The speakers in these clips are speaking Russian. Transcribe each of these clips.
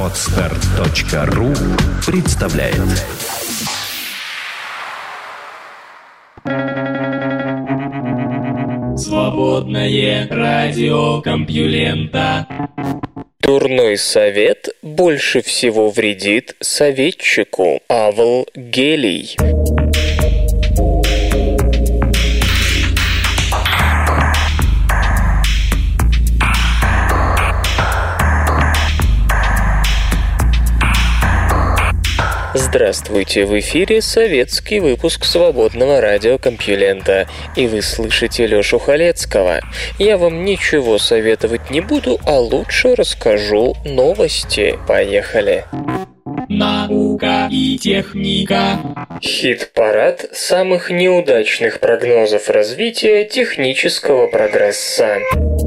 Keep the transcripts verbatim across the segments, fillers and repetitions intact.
Подстер точка ру представляет. Свободное радио Компьюлента. Дурной совет больше всего вредит советчику. Авл Гелий. Здравствуйте, в эфире советский выпуск свободного радио Компьюлента, и вы слышите Лёшу Халецкого. Я вам ничего советовать не буду, а лучше расскажу новости. Поехали! Наука и техника. Хит-парад самых неудачных прогнозов развития технического прогресса.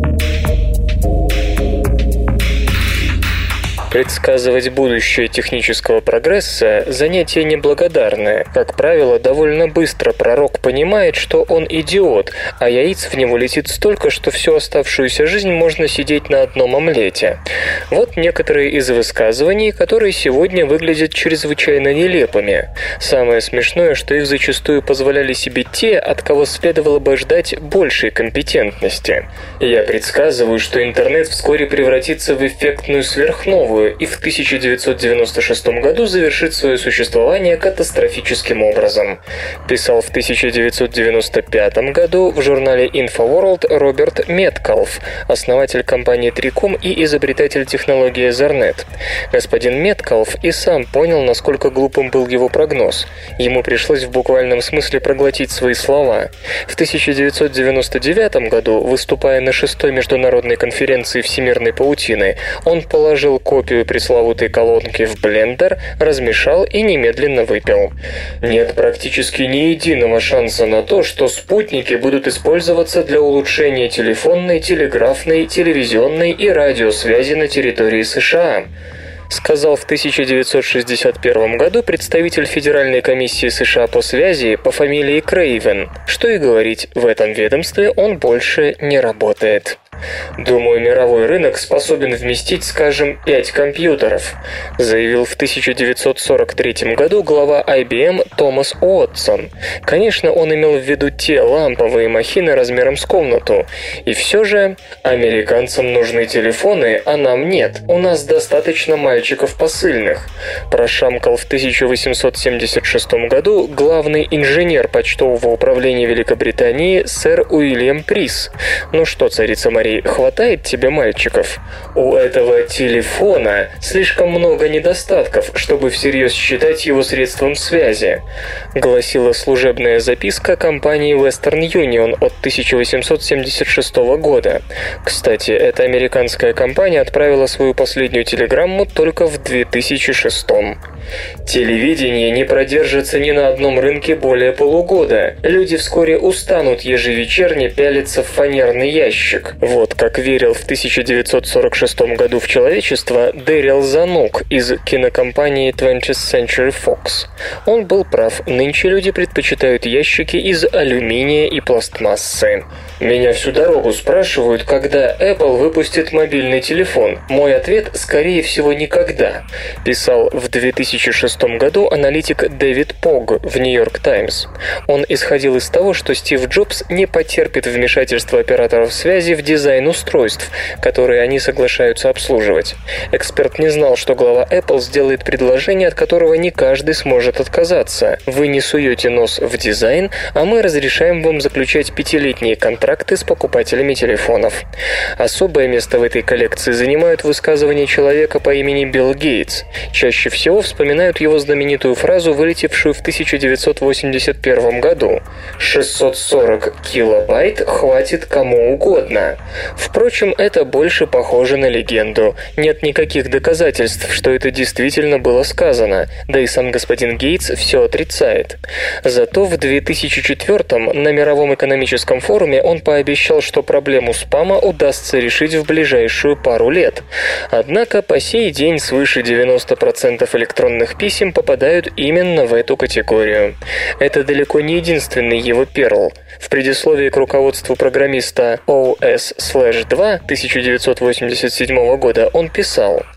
Предсказывать будущее технического прогресса – занятие неблагодарное. Как правило, довольно быстро пророк понимает, что он идиот, а яиц в него летит столько, что всю оставшуюся жизнь можно сидеть на одном омлете. Вот некоторые из высказываний, которые сегодня выглядят чрезвычайно нелепыми. Самое смешное, что их зачастую позволяли себе те, от кого следовало бы ждать большей компетентности. Я предсказываю, что интернет вскоре превратится в эффектную сверхновую, и в тысяча девятьсот девяносто шестом году завершит свое существование катастрофическим образом. Писал в тысяча девятьсот девяносто пятом году в журнале InfoWorld Роберт Меткалф, основатель компании Триком и изобретатель технологии Ethernet. Господин Меткалф и сам понял, насколько глупым был его прогноз. Ему пришлось в буквальном смысле проглотить свои слова. В тысяча девятьсот девяносто девятом году, выступая на шестой международной конференции всемирной паутины, он положил копию пресловутой колонки в блендер, размешал и немедленно выпил. Нет практически ни единого шанса на то, что спутники будут использоваться для улучшения телефонной, телеграфной, телевизионной и радиосвязи на территории США, сказал в тысяча девятьсот шестьдесят первом году представитель Федеральной комиссии США по связи по фамилии Крейвен. Что и говорить, в этом ведомстве он больше не работает. «Думаю, мировой рынок способен вместить, скажем, пять компьютеров», заявил в тысяча девятьсот сорок третьем году глава ай би эм Томас Уотсон. Конечно, он имел в виду те ламповые махины размером с комнату. И все же, американцам нужны телефоны, а нам нет. У нас достаточно мальчиков посыльных. Прошамкал в тысяча восемьсот семьдесят шестом году главный инженер почтового управления Великобритании сэр Уильям Прис. Ну что, царица Мария, хватает тебе мальчиков? У этого телефона слишком много недостатков, чтобы всерьез считать его средством связи, гласила служебная записка компании Western Union от тысяча восемьсот семьдесят шестого года. Кстати, эта американская компания отправила свою последнюю телеграмму только в две тысячи шестом. Телевидение не продержится ни на одном рынке более полугода. Люди вскоре устанут ежевечерне пялиться в фанерный ящик. Вот как верил в тысяча девятьсот сорок шестом году в человечество Дэрил Занук из кинокомпании twentieth Century Fox. Он был прав, нынче люди предпочитают ящики из алюминия и пластмассы. Меня всю дорогу спрашивают, когда Apple выпустит мобильный телефон. Мой ответ – скорее всего, никогда, писал в две тысячи шестом году аналитик Дэвид Пог в Нью-Йорк Таймс. Он исходил из того, что Стив Джобс не потерпит вмешательства операторов связи в дизайн устройств, которые они соглашаются обслуживать. Эксперт не знал, что глава Apple сделает предложение, от которого не каждый сможет отказаться. Вы не суете нос в дизайн, а мы разрешаем вам заключать пятилетние контракты с покупателями телефонов. Особое место в этой коллекции занимают высказывания человека по имени Билл Гейтс. Чаще всего вспоминают его знаменитую фразу, вылетевшую в тысяча девятьсот восемьдесят первом году: «шестьсот сорок килобайт хватит кому угодно». Впрочем, это больше похоже на легенду. Нет никаких доказательств, что это действительно было сказано, да и сам господин Гейтс все отрицает. Зато в две тысячи четвёртом на Мировом экономическом форуме он пообещал, что проблему спама удастся решить в ближайшую пару лет. Однако по сей день свыше девяносто процентов электронных писем попадают именно в эту категорию. Это далеко не единственный его перл. В предисловии к руководству программиста о эс два тысяча девятьсот восемьдесят седьмого года он писал: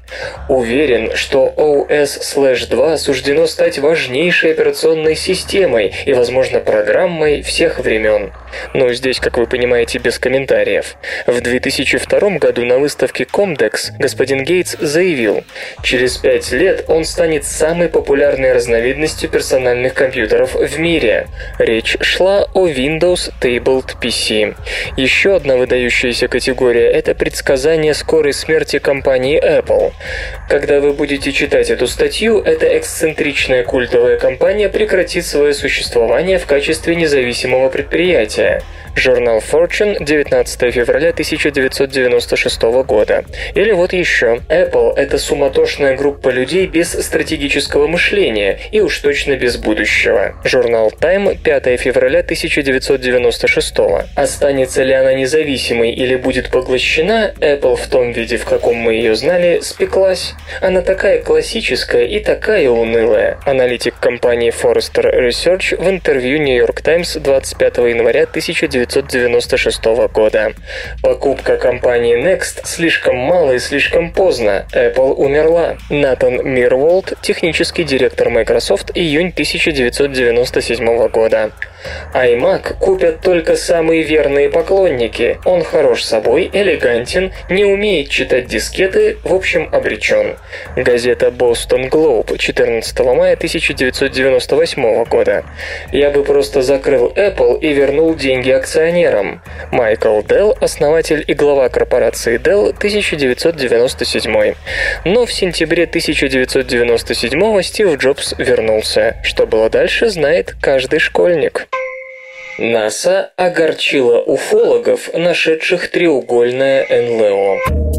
Уверен, что о эс два суждено стать важнейшей операционной системой и, возможно, программой всех времен. Но здесь, как вы понимаете, без комментариев. В две тысячи втором году на выставке Comdex господин Гейтс заявил, через пять лет он станет самой популярной разновидностью персональных компьютеров в мире. Речь шла о Windows Tabled пи си. Еще одна выдающаяся категория – это предсказание скорой смерти компании Apple. Когда вы будете читать эту статью, эта эксцентричная культовая компания прекратит свое существование в качестве независимого предприятия. Журнал Fortune, девятнадцатого февраля тысяча девятьсот девяносто шестого года. Или вот еще. Apple – это суматошная группа людей без стратегического мышления и уж точно без будущего. Журнал Time, пятого февраля тысяча девятьсот девяносто шестого. Останется ли она независимой или будет поглощена, Apple в том виде, в каком мы ее знали, спеклась. Она такая классическая и такая унылая. Аналитик компании Forrester Research в интервью New York Times двадцать пятого января тысяча девятьсот девяносто шестого года. Покупка компании Next слишком мало и слишком поздно. Apple умерла. Натан Мирволд, технический директор Microsoft, июнь тысяча девятьсот девяносто седьмого года. iMac купят только самые верные поклонники. Он хорош собой, элегантен, не умеет читать дискеты, в общем, обречен. Газета Boston Globe, четырнадцатого мая тысяча девятьсот девяносто восьмого года. Я бы просто закрыл Apple и вернул деньги акционерам. Майкл Делл, основатель и глава корпорации Dell, тысяча девятьсот девяносто седьмой. Но в сентябре тысяча девятьсот девяносто седьмого Стив Джобс вернулся. Что было дальше, знает каждый школьник. НАСА огорчила уфологов, нашедших треугольное эн эл о.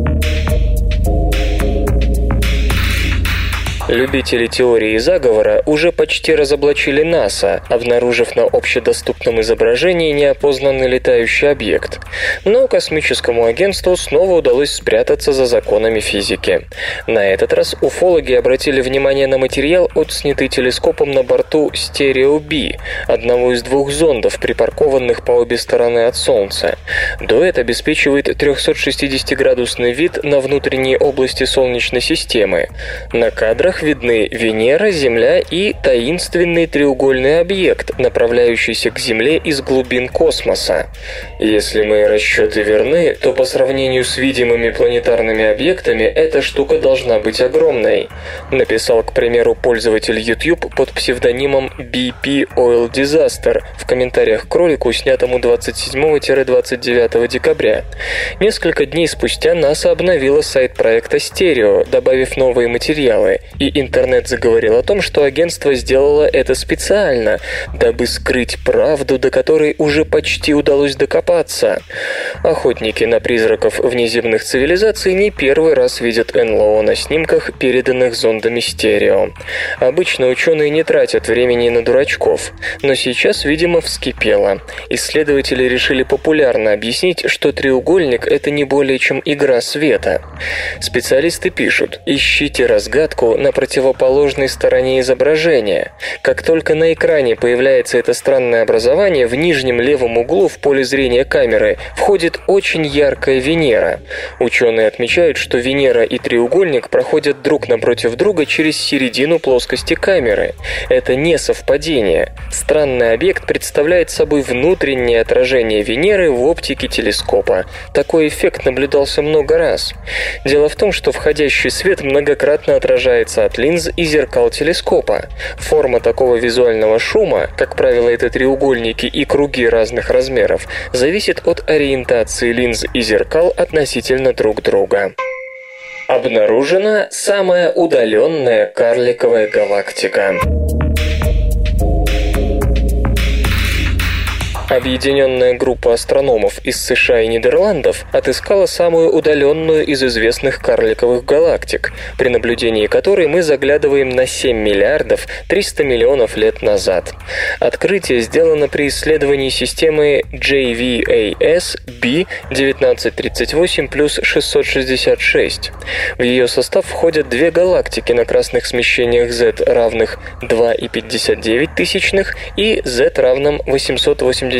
Любители теории заговора уже почти разоблачили НАСА, обнаружив на общедоступном изображении неопознанный летающий объект. Но космическому агентству снова удалось спрятаться за законами физики. На этот раз уфологи обратили внимание на материал, отснятый телескопом на борту Stereo-B, одного из двух зондов, припаркованных по обе стороны от Солнца. Дуэт обеспечивает трехсотшестидесятиградусный вид на внутренние области Солнечной системы. На кадрах видны Венера, Земля и таинственный треугольный объект, направляющийся к Земле из глубин космоса. Если мои расчеты верны, то по сравнению с видимыми планетарными объектами эта штука должна быть огромной, написал, к примеру, пользователь YouTube под псевдонимом би пи Oil Disaster в комментариях к ролику, снятому двадцать седьмого — двадцать девятого декабря. Несколько дней спустя НАСА обновила сайт проекта Stereo, добавив новые материалы, и интернет заговорил о том, что агентство сделало это специально, дабы скрыть правду, до которой уже почти удалось докопаться. Охотники на призраков внеземных цивилизаций не первый раз видят эн эл о на снимках, переданных зондами Стерео. Обычно ученые не тратят времени на дурачков, но сейчас, видимо, вскипело. Исследователи решили популярно объяснить, что треугольник — это не более чем игра света. Специалисты пишут: ищите разгадку на противоположной стороне изображения. Как только на экране появляется это странное образование, в нижнем левом углу в поле зрения камеры входит очень яркая Венера. Ученые отмечают, что Венера и треугольник проходят друг напротив друга через середину плоскости камеры. Это не совпадение. Странный объект представляет собой внутреннее отражение Венеры в оптике телескопа. Такой эффект наблюдался много раз. Дело в том, что входящий свет многократно отражается от линз и зеркал телескопа. Форма такого визуального шума, как правило, это треугольники и круги разных размеров, зависит от ориентации линз и зеркал относительно друг друга. Обнаружена самая удаленная карликовая галактика. Объединенная группа астрономов из США и Нидерландов отыскала самую удаленную из известных карликовых галактик, при наблюдении которой мы заглядываем на семь миллиардов триста миллионов лет назад. Открытие сделано при исследовании системы джей ви эй эс би девятнадцать тридцать восемь плюс шестьсот шестьдесят шесть. В ее состав входят две галактики на красных смещениях Z равных два и пятьдесят девять тысячных и Z равным восемьсот восемьдесят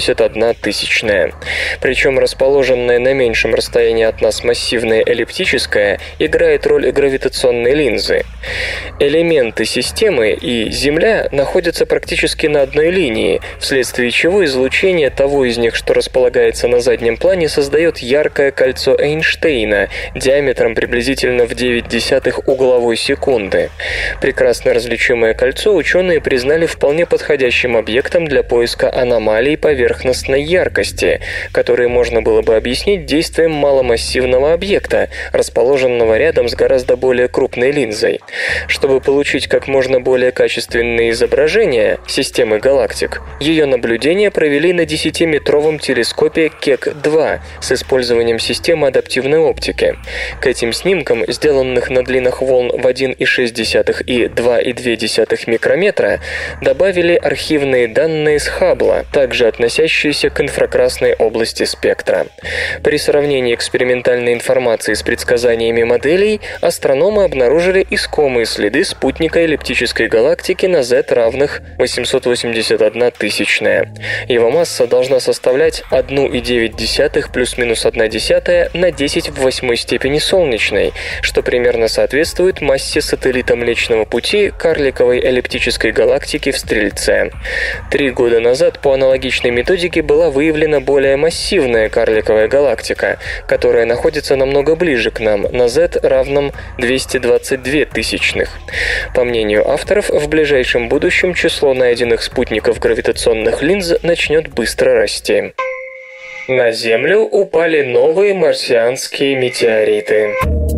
восемьдесят одна тысячная. Причем расположенная на меньшем расстоянии от нас массивная эллиптическая играет роль гравитационной линзы. Элементы системы и Земля находятся практически на одной линии, вследствие чего излучение того из них, что располагается на заднем плане, создает яркое кольцо Эйнштейна диаметром приблизительно в девять десятых угловой секунды. Прекрасно различимое кольцо ученые признали вполне подходящим объектом для поиска аномалий поверхностной яркости, которые можно было бы объяснить действием маломассивного объекта, расположенного рядом с гораздо более крупной линзой. Чтобы получить как можно более качественные изображения системы галактик, ее наблюдения провели на десятиметровом телескопе Кек два с использованием системы адаптивной оптики. К этим снимкам, сделанных на длинах волн в один и шесть десятых и два и две десятых микрометра, добавили архивные данные с Хаббла, также относящиеся к инфракрасной области спектра. При сравнении экспериментальной информации с предсказаниями моделей, астрономы обнаружили искомые следы спутника эллиптической галактики на Z равных восемьсот восемьдесят одна тысячная. Его масса должна составлять одна и девять десятых плюс-минус одна десятая на десять в восьмой степени солнечной, что примерно соответствует массе сателлита Млечного Пути карликовой эллиптической галактики в Стрельце. Три года назад по аналогичной методике была выявлена более массивная карликовая галактика, которая находится намного ближе к нам, на Z равном двести двадцать две тысячных. По мнению авторов, в ближайшем будущем число найденных спутников гравитационных линз начнет быстро расти. На Землю упали новые марсианские метеориты.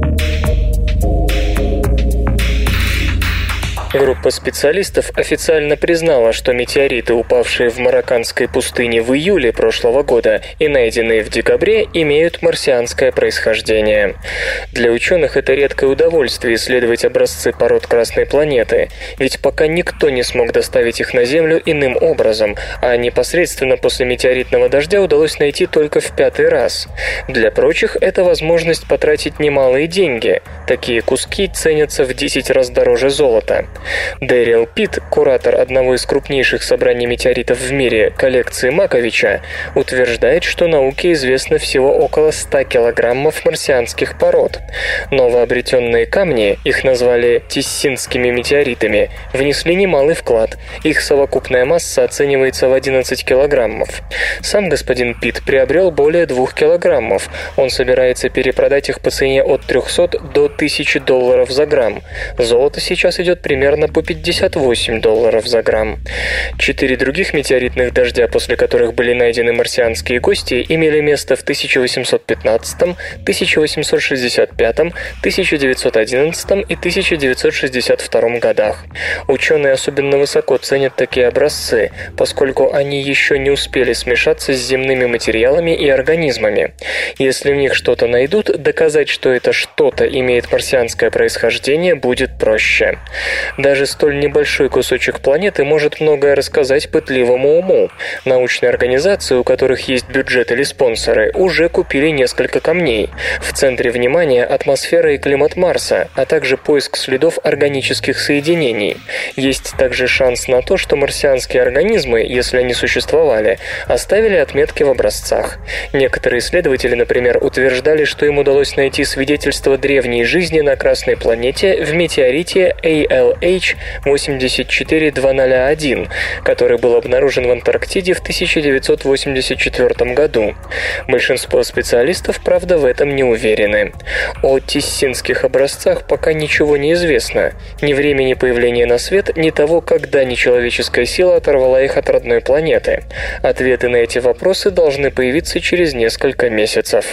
Группа специалистов официально признала, что метеориты, упавшие в Марокканской пустыне в июле прошлого года и найденные в декабре, имеют марсианское происхождение. Для ученых это редкое удовольствие исследовать образцы пород Красной планеты, ведь пока никто не смог доставить их на Землю иным образом, а непосредственно после метеоритного дождя удалось найти только в пятый раз. Для прочих это возможность потратить немалые деньги. Такие куски ценятся в десять раз дороже золота. Дэрил Питт, куратор одного из крупнейших собраний метеоритов в мире, коллекции Маковича, утверждает, что науке известно всего около ста килограммов марсианских пород. Новообретенные камни, их назвали тессинскими метеоритами, внесли немалый вклад. Их совокупная масса оценивается в одиннадцать килограммов. Сам господин Питт приобрел более двух килограммов. Он собирается перепродать их по цене от трехсот до тысячи долларов за грамм. Золото сейчас идет примерно по пятьдесят восемь долларов за грамм. Четыре других метеоритных дождя, после которых были найдены марсианские гости, имели место в тысяча восемьсот пятнадцатом, тысяча восемьсот шестьдесят пятом, тысяча девятьсот одиннадцатом и тысяча девятьсот шестьдесят втором годах. Ученые особенно высоко ценят такие образцы, поскольку они еще не успели смешаться с земными материалами и организмами. Если в них что-то найдут, доказать, что это что-то имеет марсианское происхождение, будет проще. Даже столь небольшой кусочек планеты может многое рассказать пытливому уму. Научные организации, у которых есть бюджет или спонсоры, уже купили несколько камней. В центре внимания атмосфера и климат Марса, а также поиск следов органических соединений. Есть также шанс на то, что марсианские организмы, если они существовали, оставили отметки в образцах. Некоторые исследователи, например, утверждали, что им удалось найти свидетельство древней жизни на Красной планете в метеорите эй эл эйч восемьдесят четыре тысяча двести один, который был обнаружен в Антарктиде в тысяча девятьсот восемьдесят четвёртом году. Большинство специалистов, правда, в этом не уверены. О тессинских образцах пока ничего не известно. Ни времени появления на свет, ни того, когда нечеловеческая сила оторвала их от родной планеты. Ответы на эти вопросы должны появиться через несколько месяцев.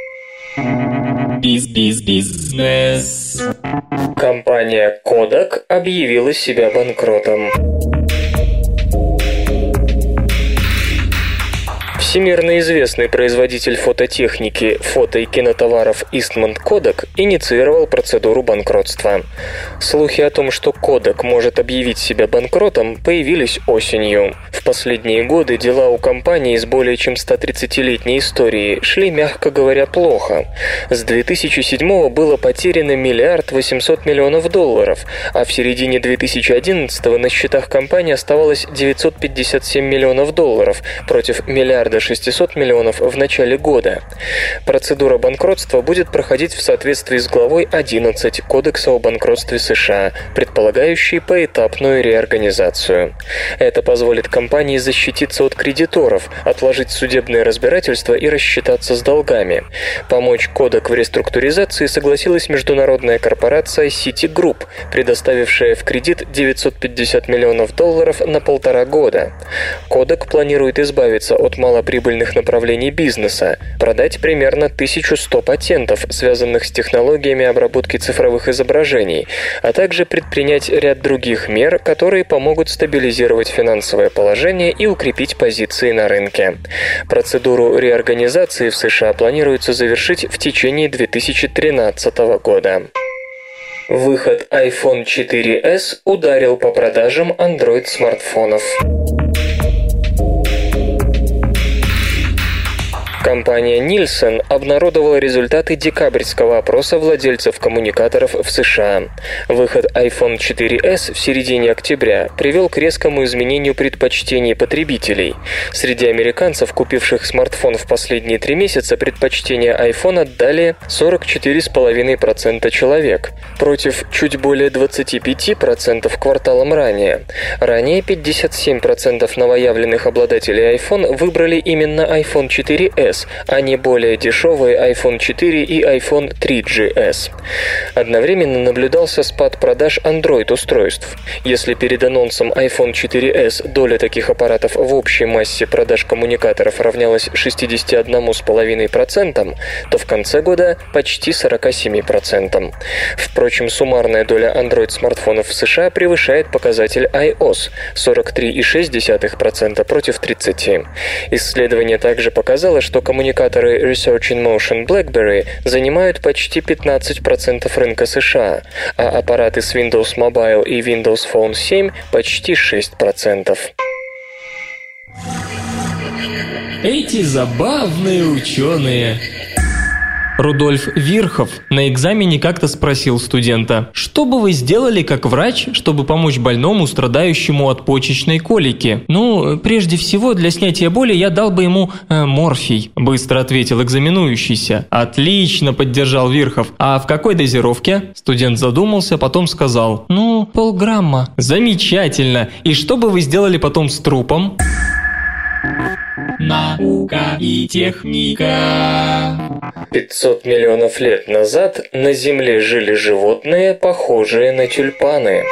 Биз-биз-бизнес. Компания Kodak объявила себя банкротом. В Всемирно известный производитель фототехники, фото и кинотоваров Eastman Kodak инициировал процедуру банкротства. Слухи о том, что Kodak может объявить себя банкротом, появились осенью. В последние годы дела у компании с более чем сто тридцатилетней историей шли, мягко говоря, плохо. С две тысячи седьмого было потеряно миллиард восемьсот миллионов долларов, а в середине две тысячи одиннадцатого на счетах компании оставалось девятьсот пятьдесят семь миллионов долларов против миллиарда шестисот миллионов в начале года. Процедура банкротства будет проходить в соответствии с главой одиннадцать Кодекса о банкротстве США, предполагающей поэтапную реорганизацию. Это позволит компании защититься от кредиторов, отложить судебное разбирательство и рассчитаться с долгами. Помочь Kodak в реструктуризации согласилась международная корпорация Citigroup, предоставившая в кредит девятьсот пятьдесят миллионов долларов на полтора года. Kodak планирует избавиться от малоприбыльных направлений бизнеса, продать примерно тысячу сто патентов, связанных с технологиями обработки цифровых изображений, а также предпринять ряд других мер, которые помогут стабилизировать финансовое положение и укрепить позиции на рынке. Процедуру реорганизации в США планируется завершить в течение две тысячи тринадцатого года. Выход айфон четыре эс ударил по продажам Android-смартфонов. Компания Nielsen обнародовала результаты декабрьского опроса владельцев коммуникаторов в США. Выход айфон четыре эс в середине октября привел к резкому изменению предпочтений потребителей. Среди американцев, купивших смартфон в последние три месяца, предпочтение iPhone отдали сорок четыре целых пять десятых процента человек, против чуть более двадцать пять процентов кварталом ранее. Ранее пятьдесят семь процентов новоявленных обладателей iPhone выбрали именно айфон четыре эс, а не более дешевые айфон четыре и айфон три джи эс. Одновременно наблюдался спад продаж Android-устройств. Если перед анонсом айфон четыре эс доля таких аппаратов в общей массе продаж коммуникаторов равнялась шестьдесят один целых пять десятых процента, то в конце года почти сорок семь процентов. Впрочем, суммарная доля Android-смартфонов в США превышает показатель iOS – сорок три целых шесть десятых процента против тридцати процентов. Исследование также показало, что коммуникаторы Research in Motion BlackBerry занимают почти пятнадцать процентов рынка США, а аппараты с Windows Mobile и Windows Phone семь почти шесть процентов. Эти забавные ученые. Рудольф Вирхов на экзамене как-то спросил студента: «Что бы вы сделали как врач, чтобы помочь больному, страдающему от почечной колики?» «Ну, прежде всего, для снятия боли я дал бы ему э, морфий», – быстро ответил экзаменующийся. «Отлично», – поддержал Вирхов. «А в какой дозировке?» Студент задумался, потом сказал: «Ну, полграмма». «Замечательно. И что бы вы сделали потом с трупом?» Наука и техника. пятьсот миллионов лет назад на Земле жили животные, похожие на тюльпаны.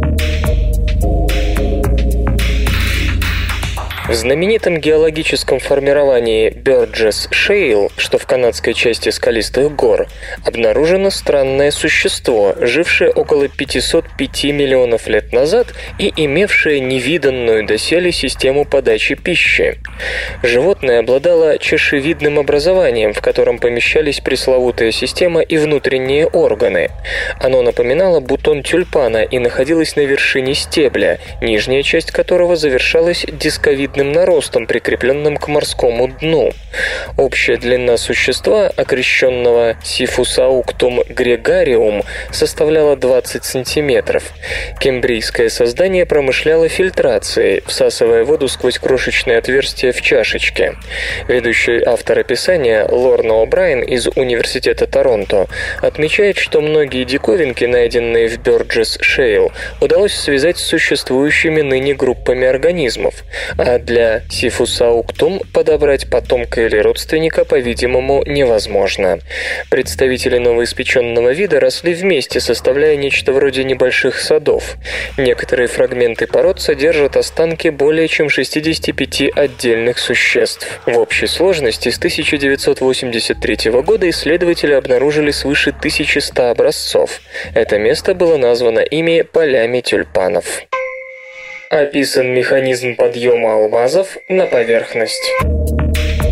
В знаменитом геологическом формировании Burgess Shale, что в канадской части скалистых гор, обнаружено странное существо, жившее около пятьсот пять миллионов лет назад и имевшее невиданную доселе систему подачи пищи. Животное обладало чашевидным образованием, в котором помещались пресловутая система и внутренние органы. Оно напоминало бутон тюльпана и находилось на вершине стебля, нижняя часть которого завершалась дисковидным наростом, прикрепленным к морскому дну. Общая длина существа, окрещенного Сифусауктум грегариум, составляла двадцать сантиметров. Кембрийское создание промышляло фильтрацией, всасывая воду сквозь крошечные отверстия в чашечке. Ведущий автор описания Лорна О'Брайен из Университета Торонто отмечает, что многие диковинки, найденные в Burgess Shale, удалось связать с существующими ныне группами организмов, а для Сифусауктум подобрать потомка или родственника, по-видимому, невозможно. Представители новоиспеченного вида росли вместе, составляя нечто вроде небольших садов. Некоторые фрагменты пород содержат останки более чем шестидесяти пяти отдельных существ. В общей сложности с тысяча девятьсот восемьдесят третьего года исследователи обнаружили свыше тысячи ста образцов. Это место было названо ими полями тюльпанов. Описан механизм подъема алмазов на поверхность.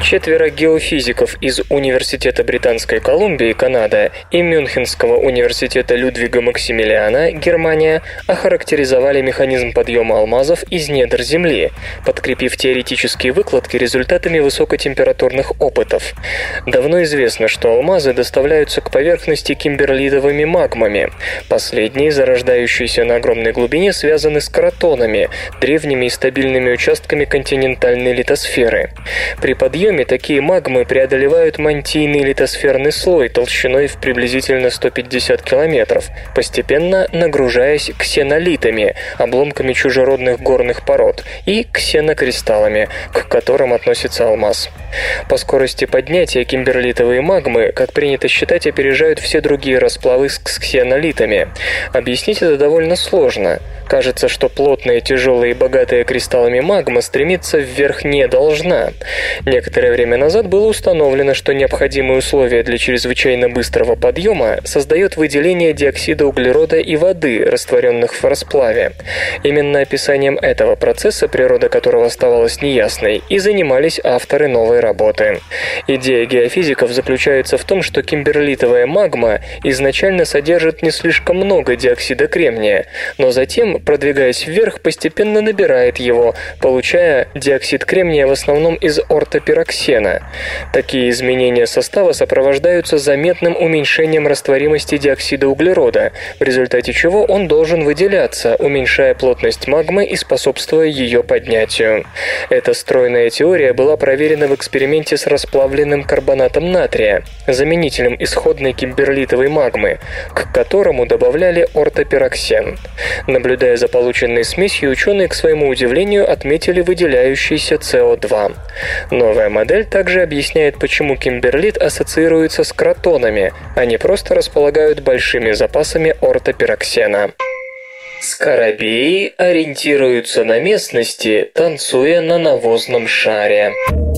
Четверо геофизиков из Университета Британской Колумбии, Канада, и Мюнхенского университета Людвига Максимилиана, Германия, охарактеризовали механизм подъема алмазов из недр Земли, подкрепив теоретические выкладки результатами высокотемпературных опытов. Давно известно, что алмазы доставляются к поверхности кимберлитовыми магмами. Последние, зарождающиеся на огромной глубине, связаны с кротонами, древними и стабильными участками континентальной литосферы. При подъеме такие магмы преодолевают мантийный литосферный слой толщиной в приблизительно сто пятьдесят километров, постепенно нагружаясь ксенолитами, обломками чужеродных горных пород, и ксенокристаллами, к которым относится алмаз. По скорости поднятия кимберлитовые магмы, как принято считать, опережают все другие расплавы с ксенолитами. Объяснить это довольно сложно. Кажется, что плотная, тяжелая и богатая кристаллами магма стремиться вверх не должна. Некоторое время назад было установлено, что необходимые условия для чрезвычайно быстрого подъема создает выделение диоксида углерода и воды, растворенных в расплаве. Именно описанием этого процесса, природа которого оставалась неясной, и занимались авторы новой работы. Идея геофизиков заключается в том, что кимберлитовая магма изначально содержит не слишком много диоксида кремния, но затем, продвигаясь вверх, постепенно набирает его, получая диоксид кремния в основном из ортопироксена. Такие изменения состава сопровождаются заметным уменьшением растворимости диоксида углерода, в результате чего он должен выделяться, уменьшая плотность магмы и способствуя ее поднятию. Эта стройная теория была проверена в эксперименте с расплавленным карбонатом натрия, заменителем исходной кимберлитовой магмы, к которому добавляли ортопироксен. Наблюдая за полученной смесью, ученые, к своему удивлению, отметили выделяющийся си о два. Новая модель также объясняет, почему кимберлит ассоциируется с кротонами, они просто располагают большими запасами ортопироксена. Скоробеи ориентируются на местности, танцуя на навозном шаре.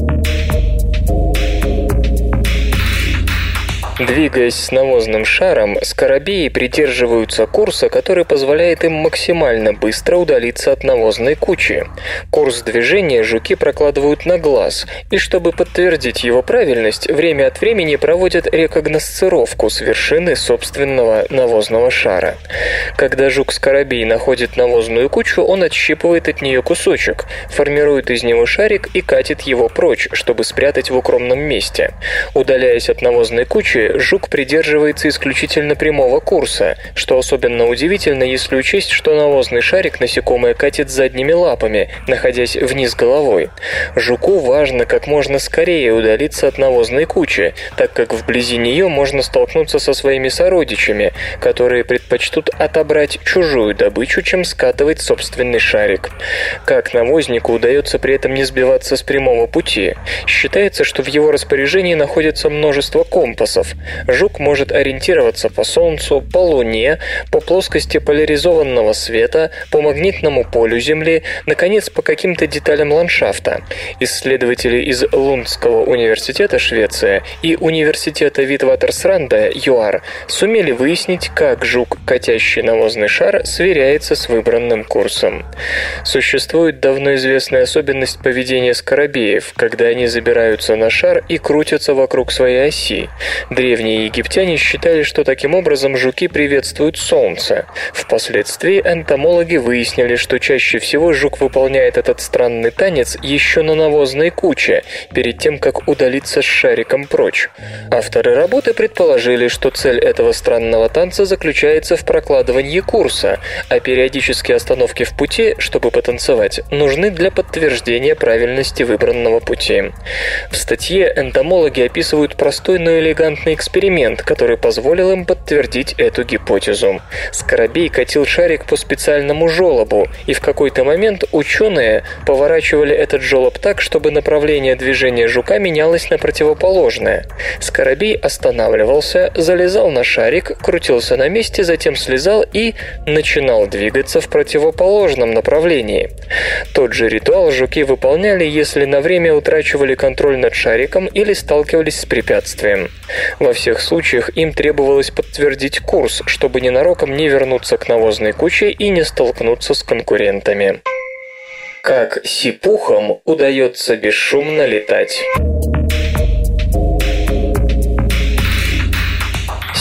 Двигаясь с навозным шаром, скоробеи придерживаются курса, который позволяет им максимально быстро удалиться от навозной кучи. Курс движения жуки прокладывают на глаз, и чтобы подтвердить его правильность, время от времени проводят рекогносцировку с вершины собственного навозного шара. Когда жук-скоробей находит навозную кучу, он отщипывает от нее кусочек, формирует из него шарик и катит его прочь, чтобы спрятать в укромном месте. Удаляясь от навозной кучи, жук придерживается исключительно прямого курса, что особенно удивительно, если учесть, что навозный шарик насекомое катит задними лапами, находясь вниз головой. Жуку важно как можно скорее удалиться от навозной кучи, так как вблизи нее можно столкнуться со своими сородичами, которые предпочтут отобрать чужую добычу, чем скатывать собственный шарик. Как навознику удается при этом не сбиваться с прямого пути? Считается, что в его распоряжении находится множество компасов. Жук может ориентироваться по Солнцу, по Луне, по плоскости поляризованного света, по магнитному полю Земли, наконец, по каким-то деталям ландшафта. Исследователи из Лундского университета, Швеция, и университета Витватерсранда, ЮАР, сумели выяснить, как жук, катящий навозный шар, сверяется с выбранным курсом. Существует давно известная особенность поведения скоробеев, когда они забираются на шар и крутятся вокруг своей оси. Древние египтяне считали, что таким образом жуки приветствуют солнце. Впоследствии энтомологи выяснили, что чаще всего жук выполняет этот странный танец еще на навозной куче, перед тем, как удалиться с шариком прочь. Авторы работы предположили, что цель этого странного танца заключается в прокладывании курса, а периодические остановки в пути, чтобы потанцевать, нужны для подтверждения правильности выбранного пути. В статье энтомологи описывают простой, но элегантный эксперимент, который позволил им подтвердить эту гипотезу. Скоробей катил шарик по специальному желобу, и в какой-то момент ученые поворачивали этот желоб так, чтобы направление движения жука менялось на противоположное. Скоробей останавливался, залезал на шарик, крутился на месте, затем слезал и начинал двигаться в противоположном направлении. Тот же ритуал жуки выполняли, если на время утрачивали контроль над шариком или сталкивались с препятствием. Во всех случаях им требовалось подтвердить курс, чтобы ненароком не вернуться к навозной куче и не столкнуться с конкурентами. Как сипухам удается бесшумно летать?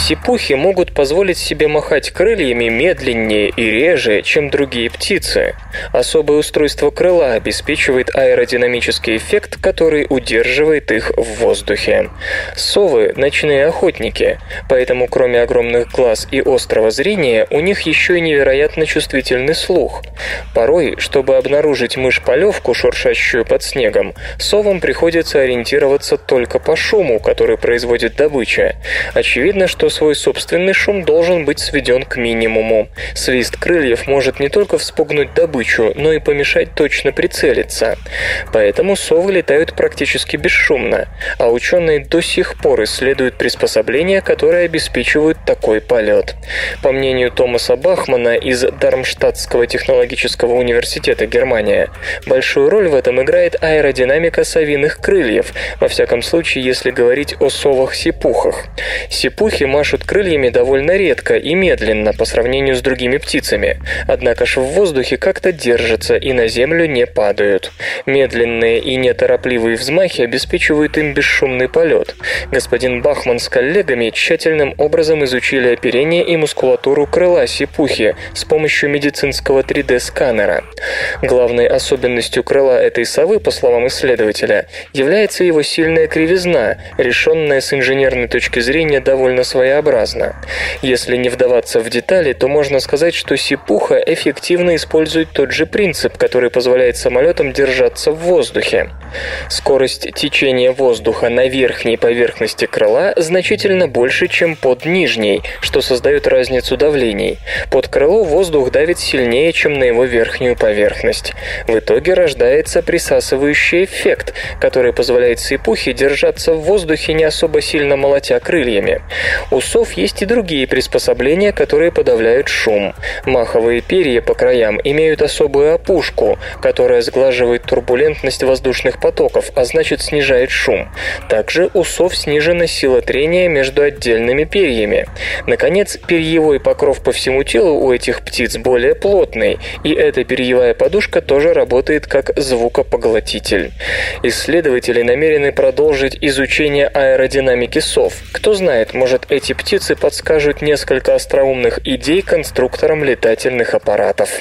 Сипухи могут позволить себе махать крыльями медленнее и реже, чем другие птицы. Особое устройство крыла обеспечивает аэродинамический эффект, который удерживает их в воздухе. Совы – ночные охотники, поэтому кроме огромных глаз и острого зрения, у них еще и невероятно чувствительный слух. Порой, чтобы обнаружить мышь-полевку, шуршащую под снегом, совам приходится ориентироваться только по шуму, который производит добыча. Очевидно, что свой собственный шум должен быть сведен к минимуму. Свист крыльев может не только вспугнуть добычу, но и помешать точно прицелиться. Поэтому совы летают практически бесшумно, а ученые до сих пор исследуют приспособления, которые обеспечивают такой полет. По мнению Томаса Бахмана из Дармштадтского технологического университета Германия, большую роль в этом играет аэродинамика совиных крыльев, во всяком случае, если говорить о совах-сипухах. Сипухи машут крыльями довольно редко и медленно по сравнению с другими птицами, однако ж в воздухе как-то держатся и на землю не падают. Медленные и неторопливые взмахи обеспечивают им бесшумный полет. Господин Бахман с коллегами тщательным образом изучили оперение и мускулатуру крыла сипухи с помощью медицинского три дэ-сканера. Главной особенностью крыла этой совы, по словам исследователя, является его сильная кривизна, решенная с инженерной точки зрения довольно своеобразно. Если не вдаваться в детали, то можно сказать, что сипуха эффективно использует тот же принцип, который позволяет самолетам держаться в воздухе. Скорость течения воздуха на верхней поверхности крыла значительно больше, чем под нижней, что создает разницу давлений. Под крыло воздух давит сильнее, чем на его верхнюю поверхность. В итоге рождается присасывающий эффект, который позволяет сипухе держаться в воздухе, не особо сильно молотя крыльями. У сов есть и другие приспособления, которые подавляют шум. Маховые перья по краям имеют особую опушку, которая сглаживает турбулентность воздушных потоков, а значит снижает шум. Также у сов снижена сила трения между отдельными перьями. Наконец, перьевой покров по всему телу у этих птиц более плотный, и эта перьевая подушка тоже работает как звукопоглотитель. Исследователи намерены продолжить изучение аэродинамики сов. Кто знает, может, эти птицы подскажут несколько остроумных идей конструкторам летательных аппаратов.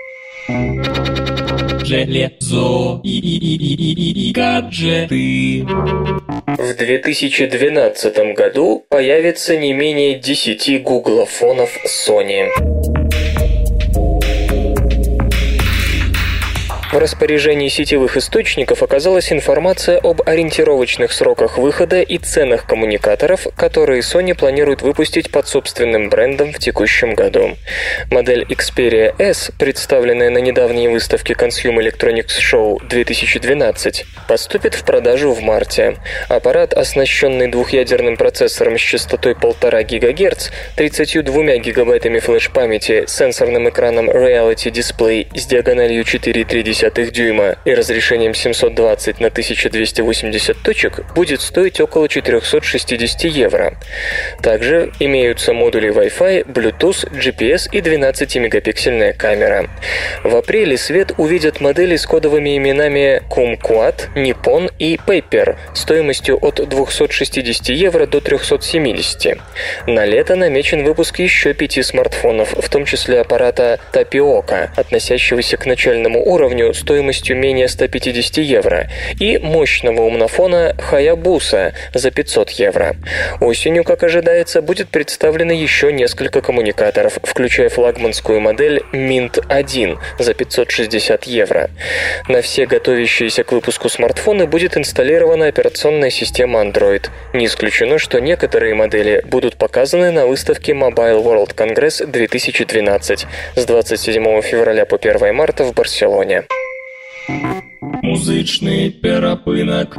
Железо и, и, и, и, и, и гаджеты. В две тысячи двенадцатом году появится не менее десяти гуглофонов Sony. В распоряжении сетевых источников оказалась информация об ориентировочных сроках выхода и ценах коммуникаторов, которые Sony планирует выпустить под собственным брендом в текущем году. Модель Xperia S, представленная на недавней выставке Consumer Electronics Show две тысячи двенадцать, поступит в продажу в марте. Аппарат, оснащенный двухъядерным процессором с частотой полтора гигагерца, тридцатью двумя гигабайтами флеш-памяти, сенсорным экраном Reality Display с диагональю четыре целых три десятых дюйма и разрешением семьсот двадцать на тысяча двести восемьдесят точек, будет стоить около четыреста шестьдесят евро. Также имеются модули Wi-Fi, Bluetooth, джи пи эс и двенадцатимегапиксельная камера. В апреле свет увидят модели с кодовыми именами Kumquat, Nippon и Paper стоимостью от двухсот шестидесяти евро до трехсот семидесяти. На лето намечен выпуск еще пяти смартфонов, в том числе аппарата Tapioca, относящегося к начальному уровню стоимостью менее ста пятидесяти евро, и мощного умнофона Hayabusa за пятьсот евро. Осенью, как ожидается, будет представлено еще несколько коммуникаторов, включая флагманскую модель Mint один за пятьсот шестьдесят евро. На все готовящиеся к выпуску смартфоны будет инсталлирована операционная система Android. Не исключено, что некоторые модели будут показаны на выставке Mobile World Congress две тысячи двенадцать с двадцать седьмого февраля по первого марта в Барселоне. Музычный перапынок.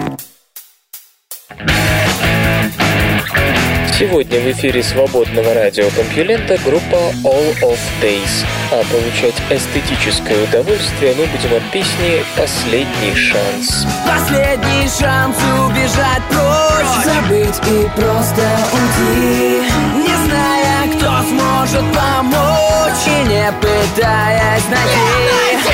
Сегодня в эфире свободного радиокомпьюлента группа All of Days, а получать эстетическое удовольствие мы будем от песни «Последний шанс». Последний шанс убежать прочь, забыть и просто уйти, не зная, кто сможет помочь и не пытаясь найти.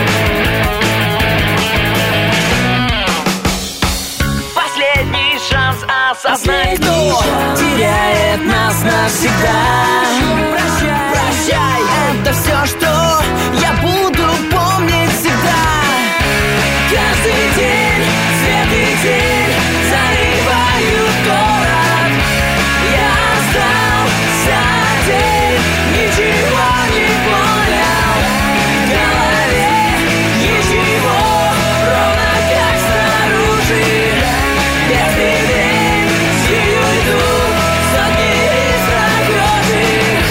Последний шанс осознать, кто теряет нас навсегда. Прощай, прощай, это все, что я буду помнить всегда. Каждый день свет и тень заливают город. Я остался один, ничего не понял. В голове ничего, ровно как снаружи. Без дверей сию идут сотни из прохожих.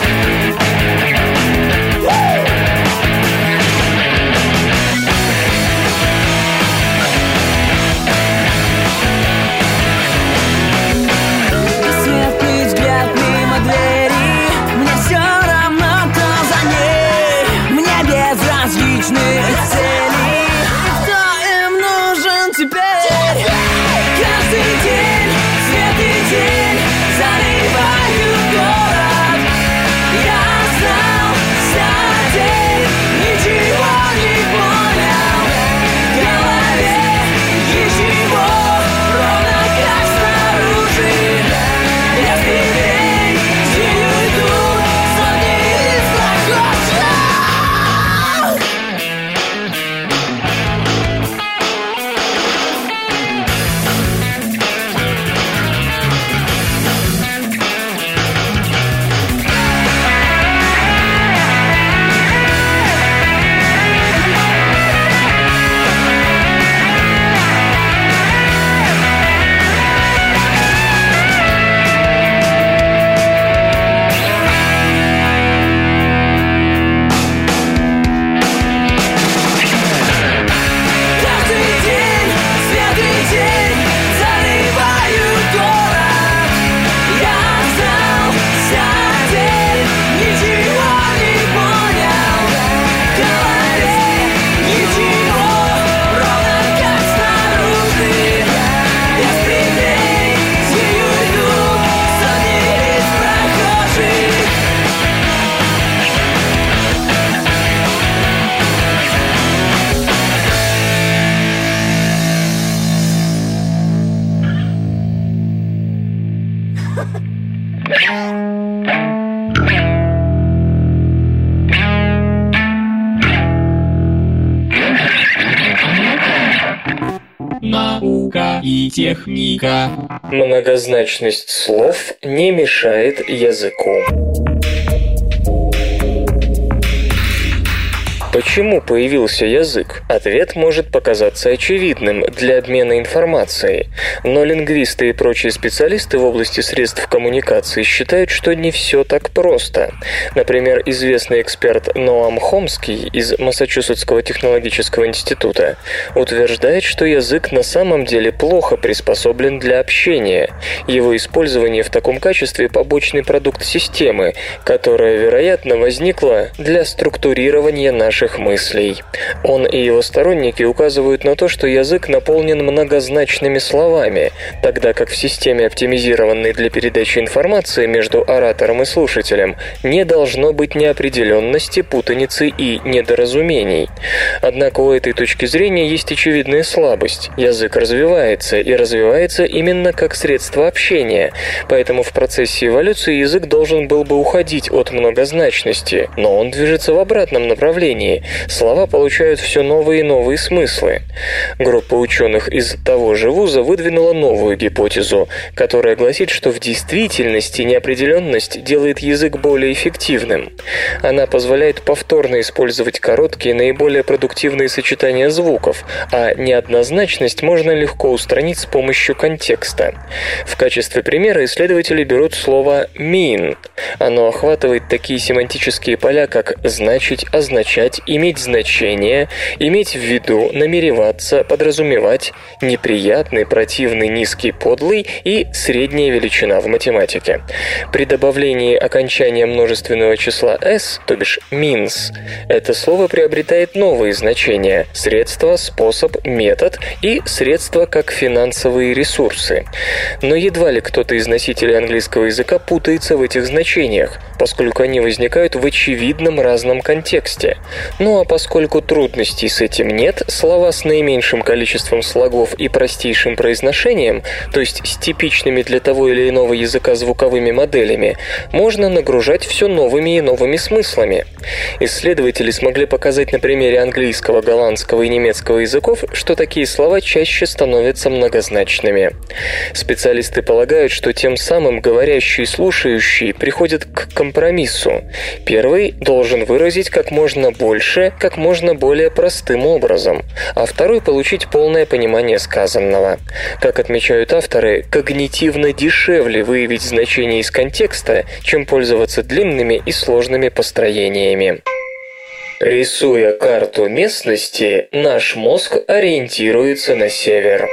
Светлый взгляд мимо двери, мне все равно, кто за ней. Мне безразличны цели, кто им нужен теперь. Каждый день свет и тень заливают город. Я остался один, ничего не понял. В голове ничего, ровно как снаружи. Без дверей сию идут сотни из прохожих. Каждый день свет и тень заливают город. Я остался один, ничего не понял. В голове ничего, ровно как снаружи. Без дверей сию идут сотни из прохожих. Наука и техника. Многозначность слов не мешает языку. Почему появился язык? Ответ может показаться очевидным для обмена информацией, но лингвисты и прочие специалисты в области средств коммуникации считают, что не все так просто. Например, известный эксперт Ноам Хомский из Массачусетского технологического института утверждает, что язык на самом деле плохо приспособлен для общения. Его использование в таком качестве – побочный продукт системы, которая, вероятно, возникла для структурирования наших мыслей. Он и его сторонники указывают на то, что язык наполнен многозначными словами, тогда как в системе, оптимизированной для передачи информации между оратором и слушателем, не должно быть неопределенности, путаницы и недоразумений. Однако у этой точки зрения есть очевидная слабость. Язык развивается, и развивается именно как средство общения, поэтому в процессе эволюции язык должен был бы уходить от многозначности, но он движется в обратном направлении. Слова получают все новые и новые смыслы. Группа ученых из того же вуза выдвинула новую гипотезу, которая гласит, что в действительности неопределенность делает язык более эффективным. Она позволяет повторно использовать короткие, наиболее продуктивные сочетания звуков, а неоднозначность можно легко устранить с помощью контекста. В качестве примера исследователи берут слово «mean». Оно охватывает такие семантические поля, как «значить», «означать», «иметь значение», «иметь в виду», «намереваться», «подразумевать», «неприятный», «противный», «низкий», «подлый» и «средняя величина» в математике. При добавлении окончания множественного числа s, то бишь means, это слово приобретает новые значения – средство, способ, метод и средства как финансовые ресурсы. Но едва ли кто-то из носителей английского языка путается в этих значениях, поскольку они возникают в очевидном разном контексте. Ну а поскольку трудностей с этим нет, слова с наименьшим количеством слогов и простейшим произношением, то есть с типичными для того или иного языка звуковыми моделями, можно нагружать все новыми и новыми смыслами. Исследователи смогли показать на примере английского, голландского и немецкого языков, что такие слова чаще становятся многозначными. Специалисты полагают, что тем самым говорящий и слушающий приходят к компромиссу. Первый должен выразить как можно больше, как можно более простым образом, а второй получить полное понимание сказанного. Как отмечают авторы, когнитивно дешевле выявить значение из контекста, чем пользоваться длинными и сложными построениями. Рисуя карту местности, наш мозг ориентируется на север.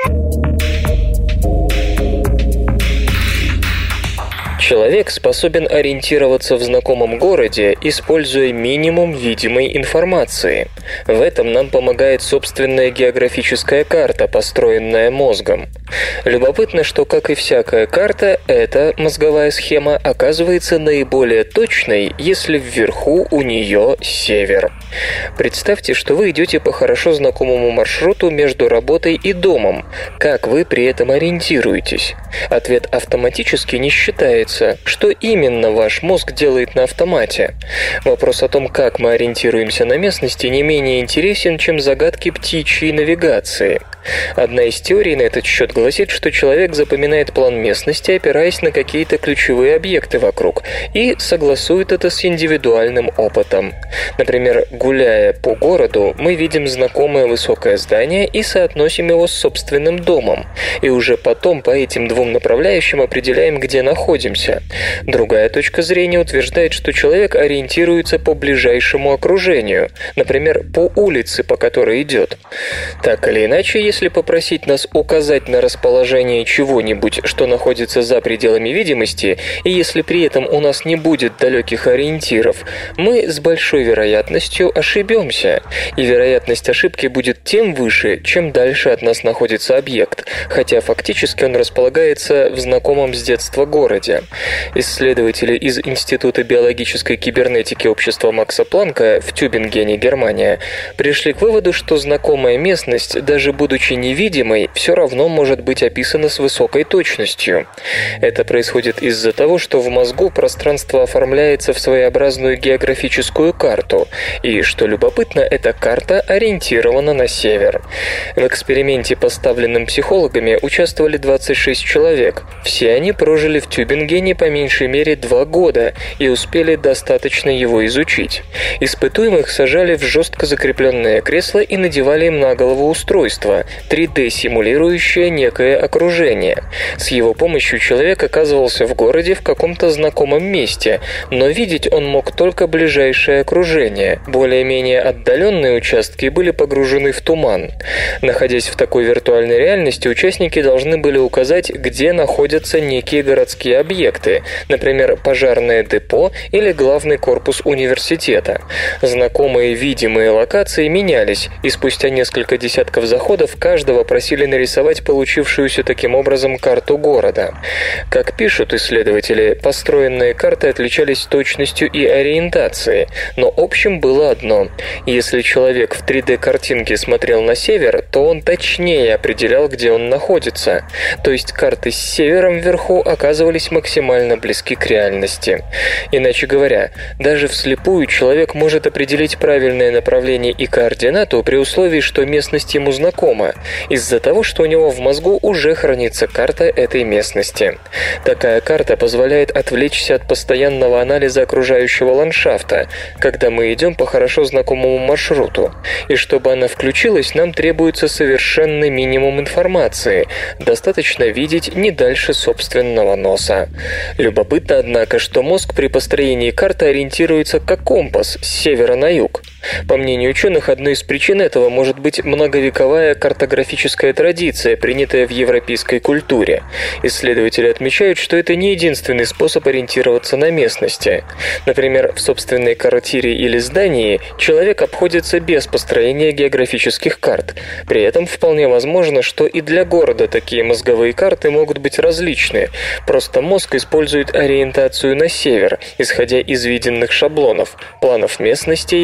Человек способен ориентироваться в знакомом городе, используя минимум видимой информации. В этом нам помогает собственная географическая карта, построенная мозгом. Любопытно, что, как и всякая карта, эта мозговая схема оказывается наиболее точной, если вверху у нее север. Представьте, что вы идете по хорошо знакомому маршруту между работой и домом. Как вы при этом ориентируетесь? Ответ автоматически не считается. Что именно ваш мозг делает на автомате? Вопрос о том, как мы ориентируемся на местности, не менее интересен, чем загадки птичьей навигации. Одна из теорий на этот счет гласит, что человек запоминает план местности, опираясь на какие-то ключевые объекты вокруг, и согласует это с индивидуальным опытом. Например, гуляя по городу, мы видим знакомое высокое здание и соотносим его с собственным домом, и уже потом по этим двум направляющим определяем, где находимся. Другая точка зрения утверждает, что человек ориентируется по ближайшему окружению, например, по улице, по которой идет. Так или иначе, если попросить нас указать на расположение чего-нибудь, что находится за пределами видимости, и если при этом у нас не будет далеких ориентиров, мы с большой вероятностью ошибемся, и вероятность ошибки будет тем выше, чем дальше от нас находится объект, хотя фактически он располагается в знакомом с детства городе. Исследователи из Института биологической кибернетики общества Макса Планка в Тюбингене, Германия, пришли к выводу, что знакомая местность, даже будучи невидимой, все равно может быть описана с высокой точностью. Это происходит из-за того, что в мозгу пространство оформляется в своеобразную географическую карту, и, что любопытно, эта карта ориентирована на север. В эксперименте, поставленном психологами, участвовали двадцать шесть человек. Все они прожили в Тюбингене по меньшей мере два года и успели достаточно его изучить. Испытуемых сажали в жестко закрепленное кресло и надевали им на голову устройство, три дэ симулирующее некое окружение. С его помощью человек оказывался в городе в каком-то знакомом месте, но видеть он мог только ближайшее окружение. Более-менее отдаленные участки были погружены в туман. Находясь в такой виртуальной реальности, участники должны были указать, где находятся некие городские объекты, например, пожарное депо или главный корпус университета. Знакомые видимые локации менялись, и спустя несколько десятков заходов каждого просили нарисовать получившуюся таким образом карту города. Как пишут исследователи, построенные карты отличались точностью и ориентацией, но общим было одно. Если человек в три дэ-картинке смотрел на север, то он точнее определял, где он находится. То есть карты с севером вверху оказывались максимально близки к реальности. Иначе говоря, даже вслепую человек может определить правильное направление и координату при условии, что местность ему знакома, из-за того, что у него в мозгу уже хранится карта этой местности. Такая карта позволяет отвлечься от постоянного анализа окружающего ландшафта, когда мы идем по хорошо знакомому маршруту. И чтобы она включилась, нам требуется совершенный минимум информации, достаточно видеть не дальше собственного носа. Любопытно, однако, что мозг при построении карты ориентируется как компас с севера на юг. По мнению ученых, одной из причин этого может быть многовековая картографическая традиция, принятая в европейской культуре. Исследователи отмечают, что это не единственный способ ориентироваться на местности. Например, в собственной квартире или здании человек обходится без построения географических карт. При этом вполне возможно, что и для города такие мозговые карты могут быть различны. Просто мозг использует ориентацию на север, исходя из виденных шаблонов, планов местностей, схем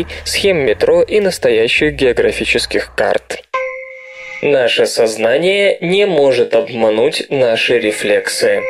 схем метро и настоящих географических карт. Наше сознание не может обмануть наши рефлексы.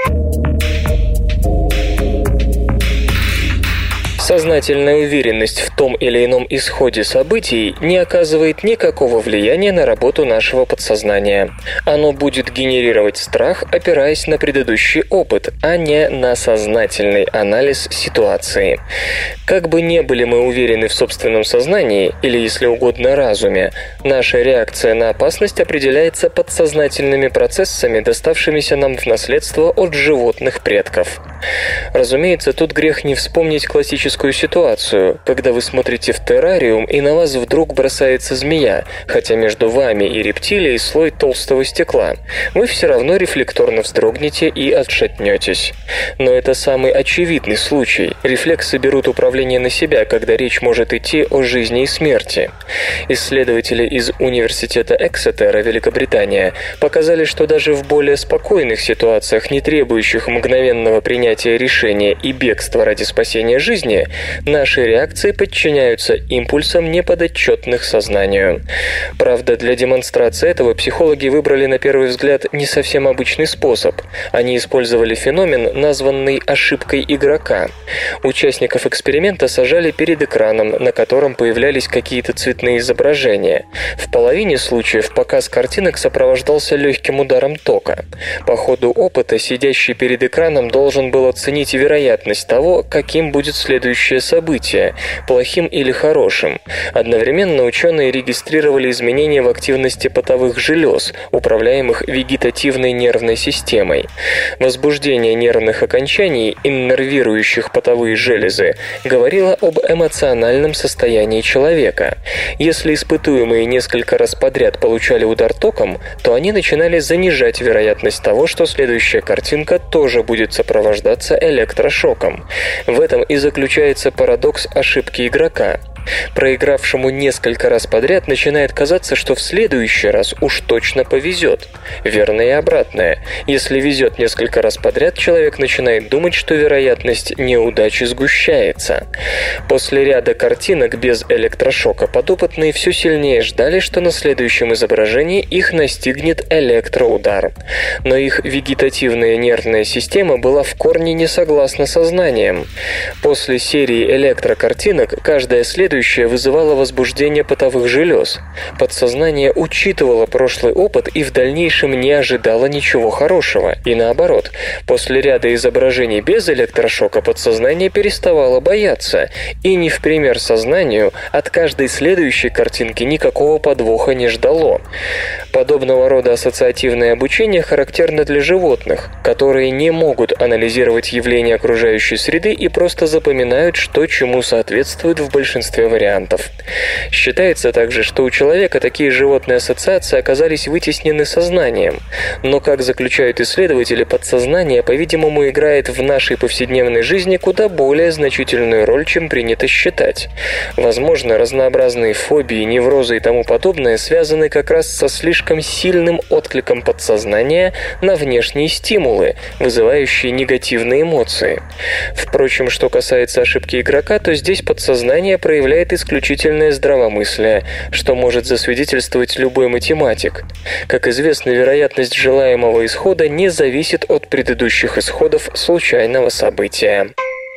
Сознательная уверенность в том или ином исходе событий не оказывает никакого влияния на работу нашего подсознания. Оно будет генерировать страх, опираясь на предыдущий опыт, а не на сознательный анализ ситуации. Как бы не были мы уверены в собственном сознании, или, если угодно, разуме, наша реакция на опасность определяется подсознательными процессами, доставшимися нам в наследство от животных предков. Разумеется, тут грех не вспомнить классическую ситуацию, когда вы смотрите в террариум и на вас вдруг бросается змея, хотя между вами и рептилией слой толстого стекла. Вы все равно рефлекторно вздрогнете и отшатнетесь. Но это самый очевидный случай. Рефлексы берут управление на себя, когда речь может идти о жизни и смерти. Исследователи из Университета Эксетера, Великобритания, показали, что даже в более спокойных ситуациях, не требующих мгновенного принятия решения и бегства ради спасения жизни, наши реакции подчиняются импульсам, неподотчетных сознанию. Правда, для демонстрации этого психологи выбрали на первый взгляд не совсем обычный способ. Они использовали феномен, названный ошибкой игрока. Участников эксперимента сажали перед экраном, на котором появлялись какие-то цветные изображения. В половине случаев показ картинок сопровождался легким ударом тока. По ходу опыта сидящий перед экраном должен был оценить вероятность того, каким будет следующее событие, плохим или хорошим. Одновременно ученые регистрировали изменения в активности потовых желез, управляемых вегетативной нервной системой. Возбуждение нервных окончаний, иннервирующих потовые железы, говорило об эмоциональном состоянии человека. Если испытуемые несколько раз подряд получали удар током, то они начинали занижать вероятность того, что следующая картинка тоже будет сопровождаться электрошоком. В этом и заключается парадокс ошибки игрока. Проигравшему несколько раз подряд начинает казаться, что в следующий раз уж точно повезет. Верно и обратное. Если везет несколько раз подряд, человек начинает думать, что вероятность неудачи сгущается. После ряда картинок без электрошока подопытные все сильнее ждали, что на следующем изображении их настигнет электроудар. Но их вегетативная нервная система была в корне не согласна со знанием. После серии электрокартинок каждая следующая вызывало возбуждение потовых желез. Подсознание учитывало прошлый опыт и в дальнейшем не ожидало ничего хорошего. И наоборот, после ряда изображений без электрошока подсознание переставало бояться. И не в пример сознанию, от каждой следующей картинки никакого подвоха не ждало. Подобного рода ассоциативное обучение характерно для животных, которые не могут анализировать явления окружающей среды и просто запоминают, что чему соответствует в большинстве вариантов. Считается также, что у человека такие животные ассоциации оказались вытеснены сознанием. Но, как заключают исследователи, подсознание, по-видимому, играет в нашей повседневной жизни куда более значительную роль, чем принято считать. Возможно, разнообразные фобии, неврозы и тому подобное связаны как раз со слишком сильным откликом подсознания на внешние стимулы, вызывающие негативные эмоции. Впрочем, что касается ошибки игрока, то здесь подсознание проявляет исключительное здравомыслие, что может засвидетельствовать любой математик. Как известно, вероятность желаемого исхода не зависит от предыдущих исходов случайного события.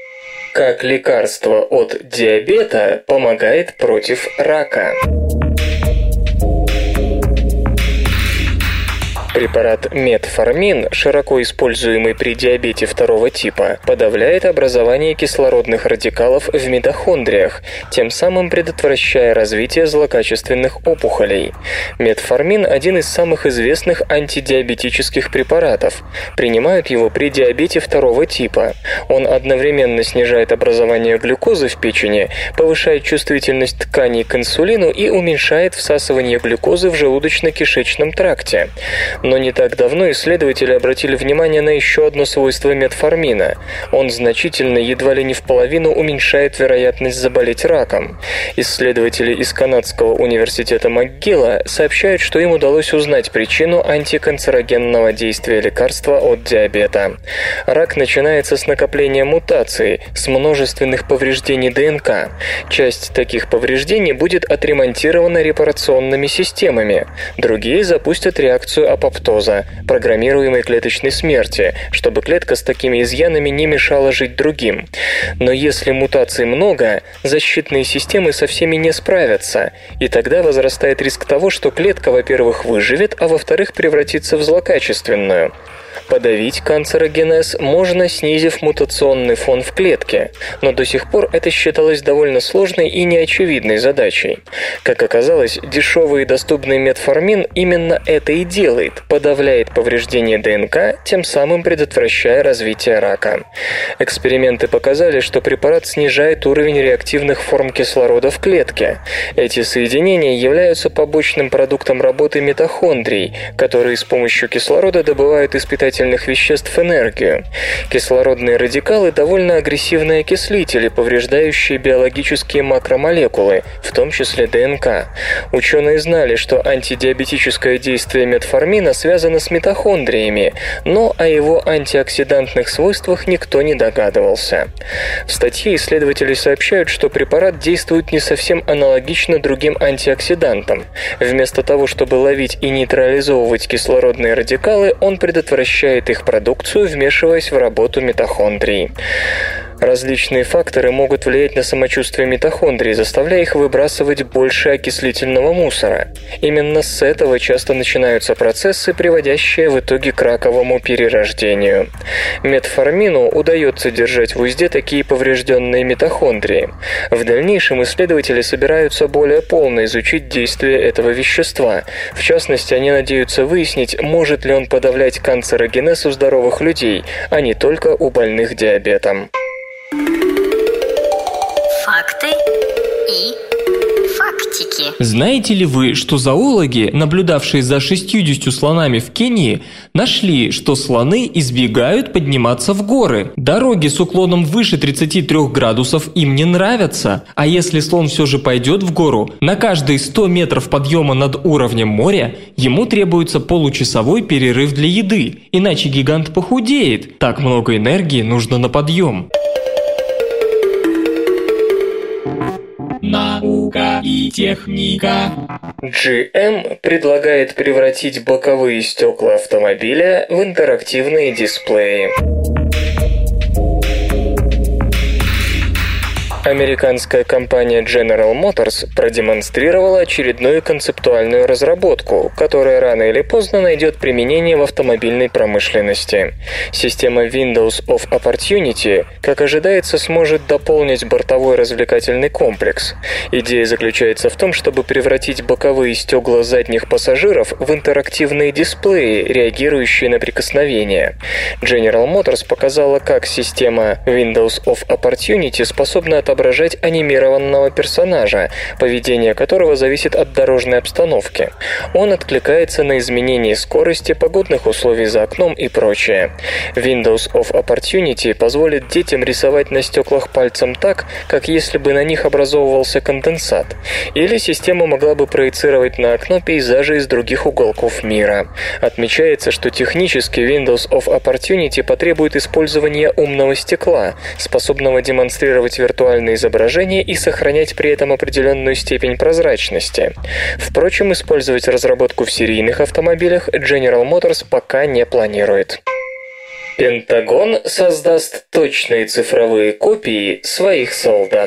Как лекарство от диабета помогает против рака. Препарат метформин, широко используемый при диабете второго типа, подавляет образование кислородных радикалов в митохондриях, тем самым предотвращая развитие злокачественных опухолей. Метформин – один из самых известных антидиабетических препаратов. Принимают его при диабете второго типа. Он одновременно снижает образование глюкозы в печени, повышает чувствительность тканей к инсулину и уменьшает всасывание глюкозы в желудочно-кишечном тракте. Но не так давно исследователи обратили внимание на еще одно свойство метформина. Он значительно, едва ли не в половину, уменьшает вероятность заболеть раком. Исследователи из канадского университета МcGill сообщают, что им удалось узнать причину антиканцерогенного действия лекарства от диабета. Рак начинается с накопления мутаций, с множественных повреждений ДНК. Часть таких повреждений будет отремонтирована репарационными системами. Другие запустят реакцию апоптоза, программируемой клеточной смерти, чтобы клетка с такими изъянами не мешала жить другим. Но если мутаций много, защитные системы со всеми не справятся, и тогда возрастает риск того, что клетка, во-первых, выживет, а во-вторых, превратится в злокачественную. Подавить канцерогенез можно, снизив мутационный фон в клетке, но до сих пор это считалось довольно сложной и неочевидной задачей. Как оказалось, дешевый и доступный метформин именно это и делает – подавляет повреждение ДНК, тем самым предотвращая развитие рака. Эксперименты показали, что препарат снижает уровень реактивных форм кислорода в клетке. Эти соединения являются побочным продуктом работы митохондрий, которые с помощью кислорода добывают из питательных веществ энергию. Кислородные радикалы – довольно агрессивные окислители, повреждающие биологические макромолекулы, в том числе ДНК. Ученые знали, что антидиабетическое действие метформина связано с митохондриями, но о его антиоксидантных свойствах никто не догадывался. В статье исследователи сообщают, что препарат действует не совсем аналогично другим антиоксидантам. Вместо того, чтобы ловить и нейтрализовывать кислородные радикалы, он предотвращает их продукцию, вмешиваясь в работу митохондрий. Различные факторы могут влиять на самочувствие митохондрий, заставляя их выбрасывать больше окислительного мусора. Именно с этого часто начинаются процессы, приводящие в итоге к раковому перерождению. Метформину удается держать в узде такие поврежденные митохондрии. В дальнейшем исследователи собираются более полно изучить действие этого вещества. В частности, они надеются выяснить, может ли он подавлять канцерогенез у здоровых людей, а не только у больных диабетом. Факты и фактики. Знаете ли вы, что зоологи, наблюдавшие за шестьюдесятью слонами в Кении, нашли, что слоны избегают подниматься в горы? Дороги с уклоном выше тридцати трёх градусов им не нравятся. А если слон все же пойдет в гору, на каждые сто метров подъема над уровнем моря ему требуется получасовой перерыв для еды, иначе гигант похудеет. Так много энергии нужно на подъем. Наука и техника. джи эм предлагает превратить боковые стекла автомобиля в интерактивные дисплеи. Американская компания General Motors продемонстрировала очередную концептуальную разработку, которая рано или поздно найдет применение в автомобильной промышленности. Система Windows of Opportunity, как ожидается, сможет дополнить бортовой развлекательный комплекс. Идея заключается в том, чтобы превратить боковые стекла задних пассажиров в интерактивные дисплеи, реагирующие на прикосновение. General Motors показала, как система Windows of Opportunity способна отображать отображать анимированного персонажа, поведение которого зависит от дорожной обстановки. Он откликается на изменение скорости, погодных условий за окном и прочее. Windows of Opportunity позволит детям рисовать на стеклах пальцем так, как если бы на них образовывался конденсат. Или система могла бы проецировать на окно пейзажи из других уголков мира. Отмечается, что технически Windows of Opportunity потребует использования умного стекла, способного демонстрировать виртуальные изображение и сохранять при этом определенную степень прозрачности. Впрочем, использовать разработку в серийных автомобилях General Motors пока не планирует. Пентагон создаст точные цифровые копии своих солдат.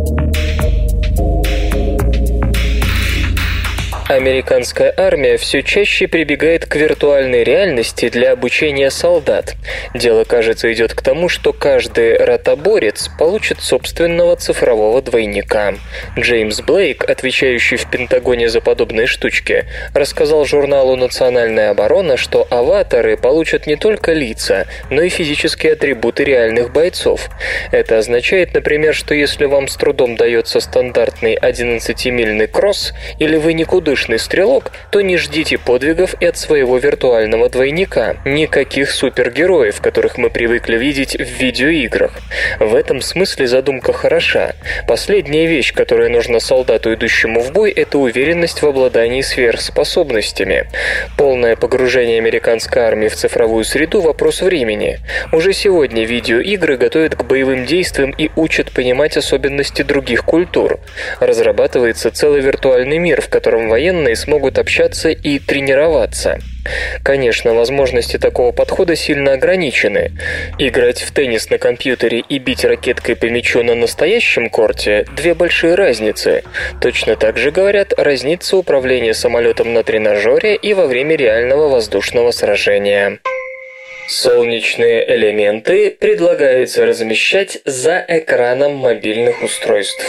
Американская армия все чаще прибегает к виртуальной реальности для обучения солдат. Дело, кажется, идет к тому, что каждый ротоборец получит собственного цифрового двойника. Джеймс Блейк, отвечающий в Пентагоне за подобные штучки, рассказал журналу «Национальная оборона», что аватары получат не только лица, но и физические атрибуты реальных бойцов. Это означает, например, что если вам с трудом дается стандартный одиннадцатимильный кросс, или вы никуда никудышный стрелок, то не ждите подвигов и от своего виртуального двойника. Никаких супергероев, которых мы привыкли видеть в видеоиграх. В этом смысле задумка хороша. Последняя вещь, которая нужна солдату, идущему в бой, это уверенность в обладании сверхспособностями. Полное погружение американской армии в цифровую среду – вопрос времени. Уже сегодня видеоигры готовят к боевым действиям и учат понимать особенности других культур. Разрабатывается целый виртуальный мир, в котором военные смогут общаться и тренироваться. Конечно, возможности такого подхода сильно ограничены. Играть в теннис на компьютере и бить ракеткой по мячу на настоящем корте – две большие разницы. Точно так же, говорят, разнится управление самолетом на тренажере и во время реального воздушного сражения. Солнечные элементы предлагается размещать за экраном мобильных устройств.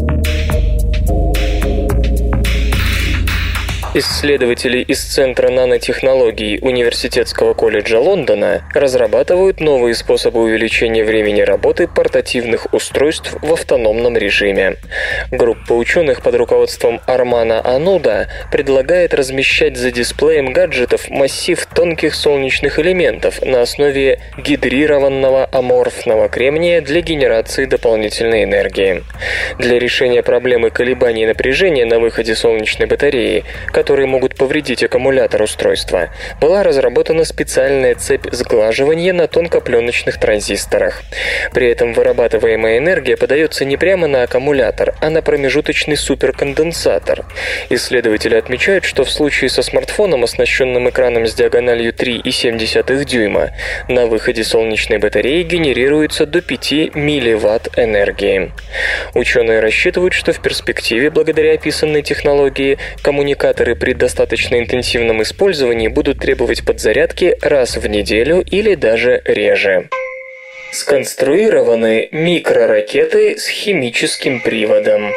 Исследователи из Центра нанотехнологий Университетского колледжа Лондона разрабатывают новые способы увеличения времени работы портативных устройств в автономном режиме. Группа ученых под руководством Армана Ануда предлагает размещать за дисплеем гаджетов массив тонких солнечных элементов на основе гидрированного аморфного кремния для генерации дополнительной энергии. Для решения проблемы колебаний напряжения на выходе солнечной батареи, которые могут повредить аккумулятор устройства, была разработана специальная цепь сглаживания на тонкопленочных транзисторах. При этом вырабатываемая энергия подается не прямо на аккумулятор, а на промежуточный суперконденсатор. Исследователи отмечают, что в случае со смартфоном, оснащенным экраном с диагональю три и семь десятых дюйма, на выходе солнечной батареи генерируется до пяти милливатт энергии. Ученые рассчитывают, что в перспективе, благодаря описанной технологии, коммуникаторы при достаточно интенсивном использовании будут требовать подзарядки раз в неделю или даже реже. Сконструированы микроракеты с химическим приводом.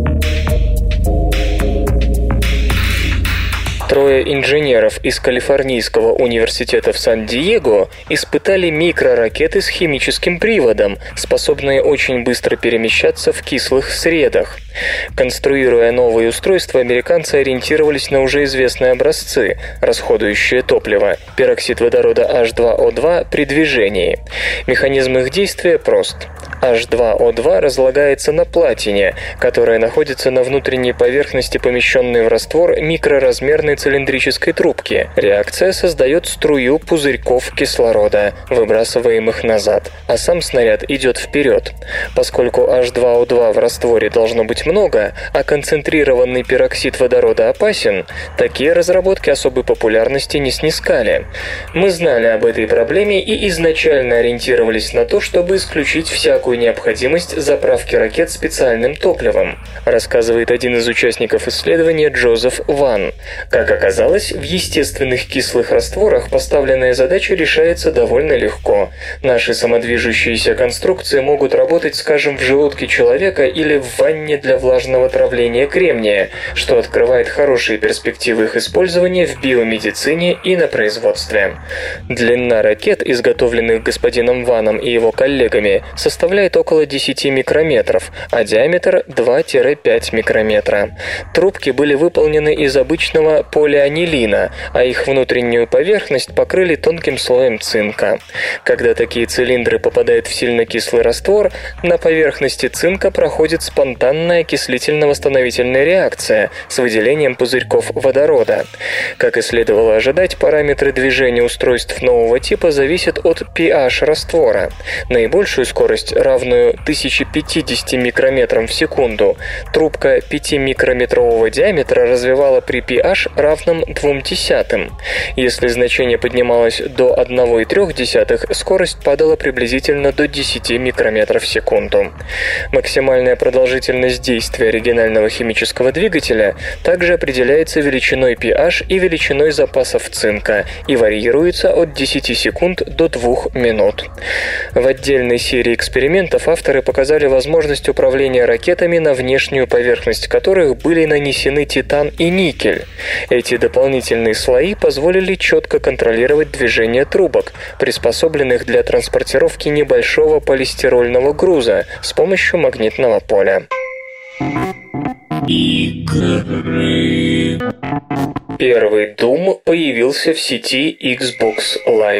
Трое инженеров из Калифорнийского университета в Сан-Диего испытали микроракеты с химическим приводом, способные очень быстро перемещаться в кислых средах. Конструируя новые устройства, американцы ориентировались на уже известные образцы, расходующие топливо – пероксид водорода эйч два о два при движении. Механизм их действия прост. эйч два о два разлагается на платине, которая находится на внутренней поверхности помещенной в раствор микроразмерной цилиндрической трубки. Реакция создает струю пузырьков кислорода, выбрасываемых назад, а сам снаряд идет вперед. Поскольку эйч два о два в растворе должно быть много, а концентрированный пероксид водорода опасен, такие разработки особой популярности не снискали. Мы знали об этой проблеме и изначально ориентировались на то, чтобы исключить всякую необходимость заправки ракет специальным топливом, рассказывает один из участников исследования Джозеф Ван. Как оказалось, в естественных кислых растворах поставленная задача решается довольно легко. Наши самодвижущиеся конструкции могут работать, скажем, в желудке человека или в ванне для влажного травления кремния, что открывает хорошие перспективы их использования в биомедицине и на производстве. Длина ракет, изготовленных господином Ваном и его коллегами, составляет около десять микрометров, а диаметр два-пять микрометра. Трубки были выполнены из обычного полианилина, а их внутреннюю поверхность покрыли тонким слоем цинка. Когда такие цилиндры попадают в сильно кислый раствор, на поверхности цинка проходит спонтанная окислительно-восстановительная реакция с выделением пузырьков водорода. Как и следовало ожидать, параметры движения устройств нового типа зависят от pH раствора. Наибольшую скорость, равную тысяче пятидесяти микрометрам в секунду, трубка пятимикрометрового диаметра развивала при pH равном двум десятым. Если значение поднималось до одного и трёх десятых, скорость падала приблизительно до десяти микрометров в секунду. Максимальная продолжительность действия оригинального химического двигателя также определяется величиной pH и величиной запасов цинка и варьируется от десяти секунд до двух минут. В отдельной серии экспериментов авторы показали возможность управления ракетами, на внешнюю поверхность которых были нанесены титан и никель. Эти дополнительные слои позволили четко контролировать движение трубок, приспособленных для транспортировки небольшого полистирольного груза с помощью магнитного поля. игры. Первый Doom появился в сети Xbox Live.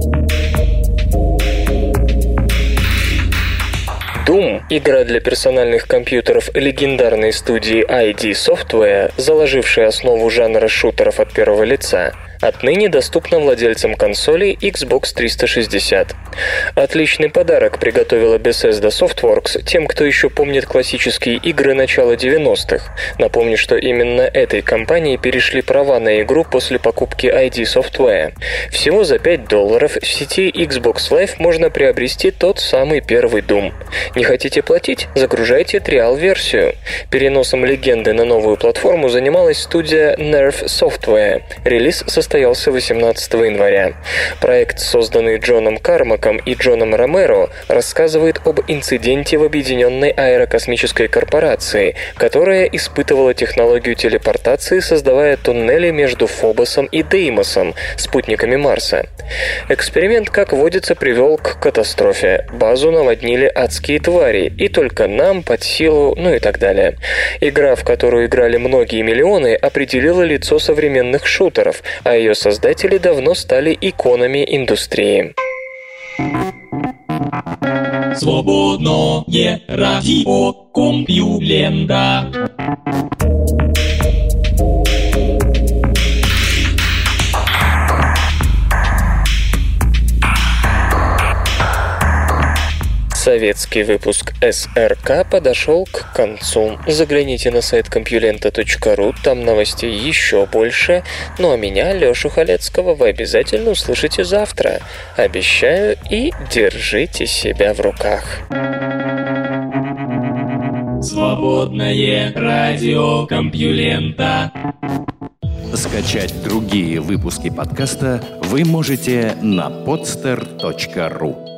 Doom – игра для персональных компьютеров легендарной студии ай ди Software, заложившая основу жанра шутеров от первого лица, отныне доступна владельцам консолей Xbox триста шестьдесят. Отличный подарок приготовила Bethesda Softworks тем, кто еще помнит классические игры начала девяностых. Напомню, что именно этой компании перешли права на игру после покупки ай ди Software. Всего за пять долларов в сети Xbox Live можно приобрести тот самый первый Doom. Не хотите платить? Загружайте триал-версию. Переносом легенды на новую платформу занималась студия Nerve Software. Релиз состоялся восемнадцатого января. Проект, созданный Джоном Кармаком и Джоном Ромеро, рассказывает об инциденте в Объединенной аэрокосмической корпорации, которая испытывала технологию телепортации, создавая туннели между Фобосом и Деймосом, спутниками Марса. Эксперимент, как водится, привел к катастрофе. Базу наводнили адские твари, и только нам под силу, ну и так далее. Игра, в которую играли многие миллионы, определила лицо современных шутеров, а ее создатели давно стали иконами индустрии. Свободное радио Компьюлента. Советский выпуск эс эр ка подошел к концу. Загляните на сайт компьюлента точка ру, там новостей еще больше. Ну а меня, Лешу Халецкого, вы обязательно услышите завтра. Обещаю, и держите себя в руках. Свободное радио Компьюлента. Скачать другие выпуски подкаста вы можете на подстер точка ру.